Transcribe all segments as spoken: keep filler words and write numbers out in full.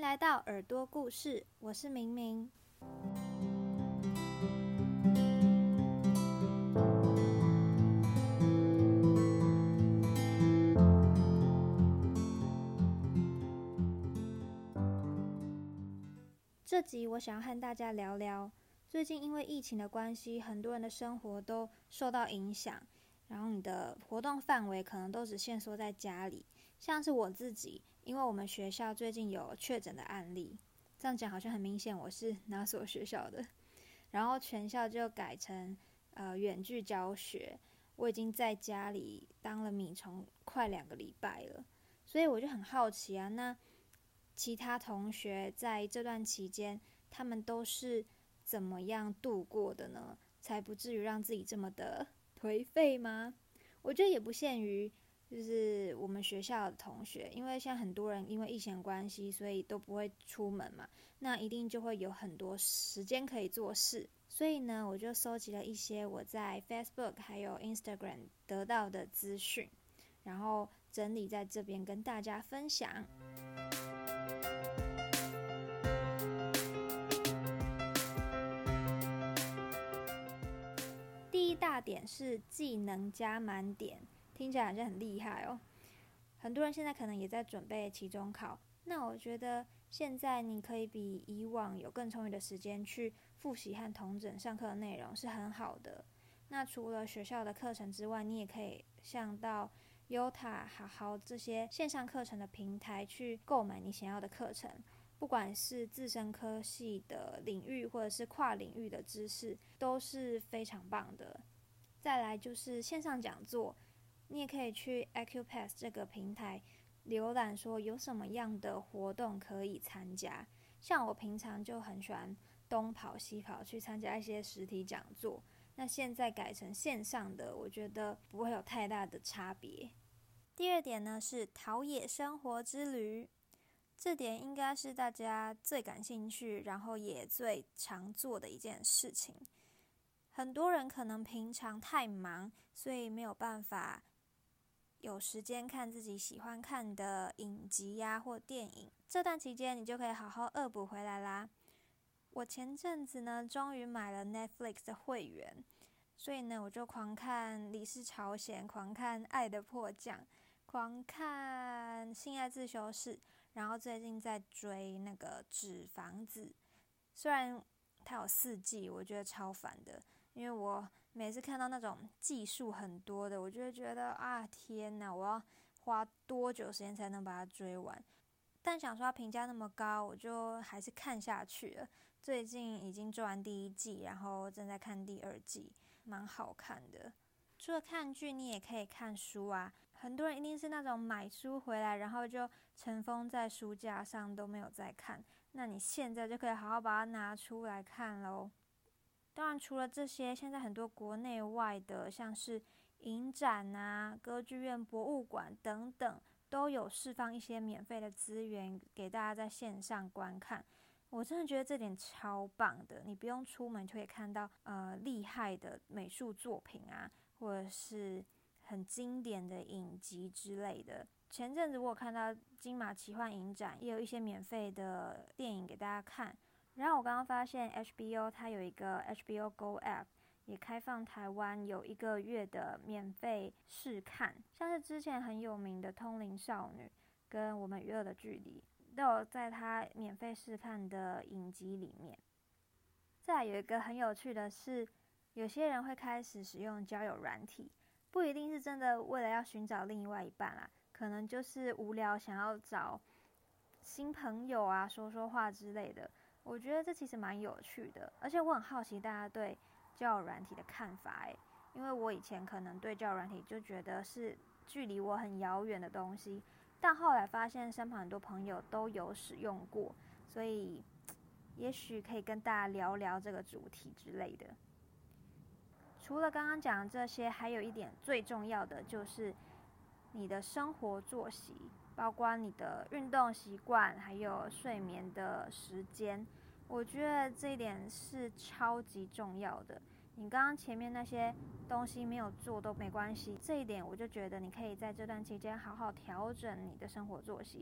迎来到耳朵故事，我是明明。这集我想要和大家聊聊，最近因为疫情的关系，很多人的生活都受到影响，然后你的活动范围可能都只限缩在家里。像是我自己，因为我们学校最近有确诊的案例，这样讲好像很明显我是哪所学校的，然后全校就改成呃远距教学。我已经在家里当了米虫快两个礼拜了，所以我就很好奇啊，那其他同学在这段期间，他们都是怎么样度过的呢？才不至于让自己这么的颓废吗？我觉得也不限于就是我们学校的同学，因为像很多人因为疫情关系，所以都不会出门嘛，那一定就会有很多时间可以做事。所以呢，我就收集了一些我在 Facebook 还有 Instagram 得到的资讯，然后整理在这边跟大家分享。第一大点是技能加满点，听起来好像很厉害哦。很多人现在可能也在准备期中考，那我觉得现在你可以比以往有更充裕的时间去复习和统整上课的内容是很好的。那除了学校的课程之外，你也可以像到 Yota、好好这些线上课程的平台去购买你想要的课程，不管是自身科系的领域或者是跨领域的知识，都是非常棒的。再来就是线上讲座，你也可以去 Acupass 这个平台浏览说有什么样的活动可以参加。像我平常就很喜欢东跑西跑去参加一些实体讲座，那现在改成线上的，我觉得不会有太大的差别。第二点呢是陶冶生活之旅，这点应该是大家最感兴趣，然后也最常做的一件事情。很多人可能平常太忙，所以没有办法有时间看自己喜欢看的影集呀、或电影。这段期间你就可以好好恶补回来啦。我前阵子呢，终于买了 Netflix 的会员，所以呢，我就狂看《李氏朝鲜》，狂看《爱的迫降》，狂看《性爱自修室》，然后最近在追那个《纸房子》。虽然它有四季，我觉得超烦的，因为我每次看到那种季数很多的，我就会觉得啊，天哪，我要花多久时间才能把它追完？但想说它评价那么高，我就还是看下去了。最近已经追完第一季，然后正在看第二季，蛮好看的。除了看剧，你也可以看书啊。很多人一定是那种买书回来，然后就尘封在书架上都没有再看。那你现在就可以好好把它拿出来看咯。当然，除了这些，现在很多国内外的，像是影展啊、歌剧院、博物馆等等，都有释放一些免费的资源给大家在线上观看。我真的觉得这点超棒的，你不用出门就可以看到呃厉害的美术作品啊，或者是很经典的影集之类的。前阵子我有看到金马奇幻影展，也有一些免费的电影给大家看。然后我刚刚发现 H B O 它有一个 H B O Go App， 也开放台湾有一个月的免费试看，像是之前很有名的《通灵少女》跟《我们与恶的距离》都有在它免费试看的影集里面。再来有一个很有趣的是，有些人会开始使用交友软体，不一定是真的为了要寻找另外一半啦，可能就是无聊想要找新朋友啊，说说话之类的。我觉得这其实蛮有趣的，而且我很好奇大家对交友软体的看法诶，因为我以前可能对交友软体就觉得是距离我很遥远的东西，但后来发现身旁很多朋友都有使用过，所以也许可以跟大家聊聊这个主题之类的。除了刚刚讲的这些，还有一点最重要的就是你的生活作息，包括你的运动习惯，还有睡眠的时间，我觉得这一点是超级重要的。你刚刚前面那些东西没有做都没关系，这一点我就觉得你可以在这段期间好好调整你的生活作息。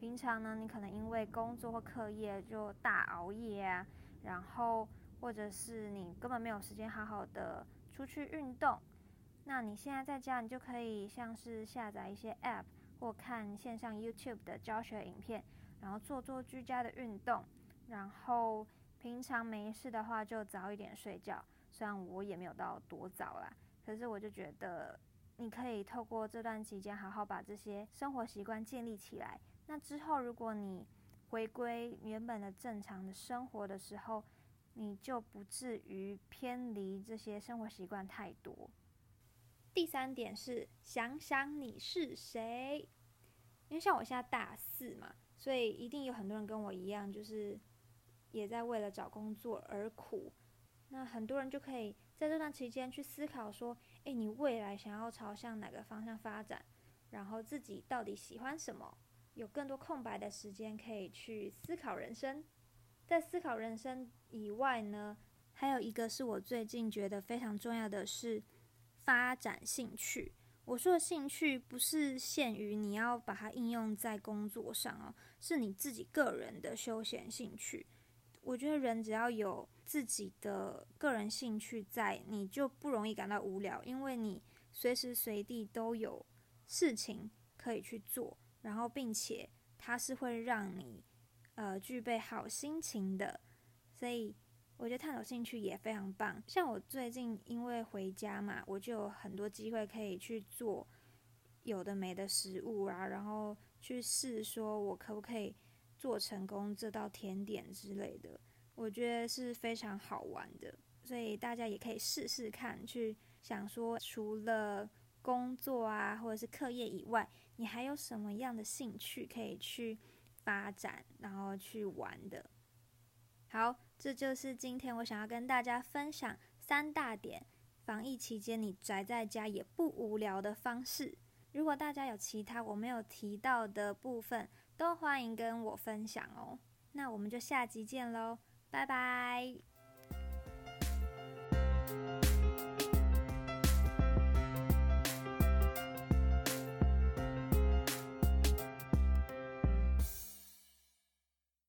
平常呢，你可能因为工作或课业就大熬夜啊，然后或者是你根本没有时间好好的出去运动。那你现在在家，你就可以像是下载一些 App 或看线上 YouTube 的教学影片，然后做做居家的运动。然后平常没事的话，就早一点睡觉。虽然我也没有到多早啦，可是我就觉得你可以透过这段期间好好把这些生活习惯建立起来。那之后如果你回归原本的正常的生活的时候，你就不至于偏离这些生活习惯太多。第三点是想想你是谁，因为像我现在大四嘛，所以一定有很多人跟我一样，就是也在为了找工作而苦。那很多人就可以在这段期间去思考说，诶，你未来想要朝向哪个方向发展，然后自己到底喜欢什么，有更多空白的时间可以去思考人生。在思考人生以外呢，还有一个是我最近觉得非常重要的是发展兴趣。我说的兴趣不是限于你要把它应用在工作上哦，是你自己个人的休闲兴趣。我觉得人只要有自己的个人兴趣在，你就不容易感到无聊，因为你随时随地都有事情可以去做，然后并且它是会让你呃具备好心情的。所以我觉得探索兴趣也非常棒。像我最近因为回家嘛，我就有很多机会可以去做有的没的食物啊，然后去试说我可不可以做成功这道甜点之类的，我觉得是非常好玩的。所以大家也可以试试看，去想说除了工作啊或者是课业以外，你还有什么样的兴趣可以去发展，然后去玩的。好，这就是今天我想要跟大家分享三大点防疫期间你宅在家也不无聊的方式。如果大家有其他我没有提到的部分，都欢迎跟我分享哦。那我们就下集见咯，拜拜。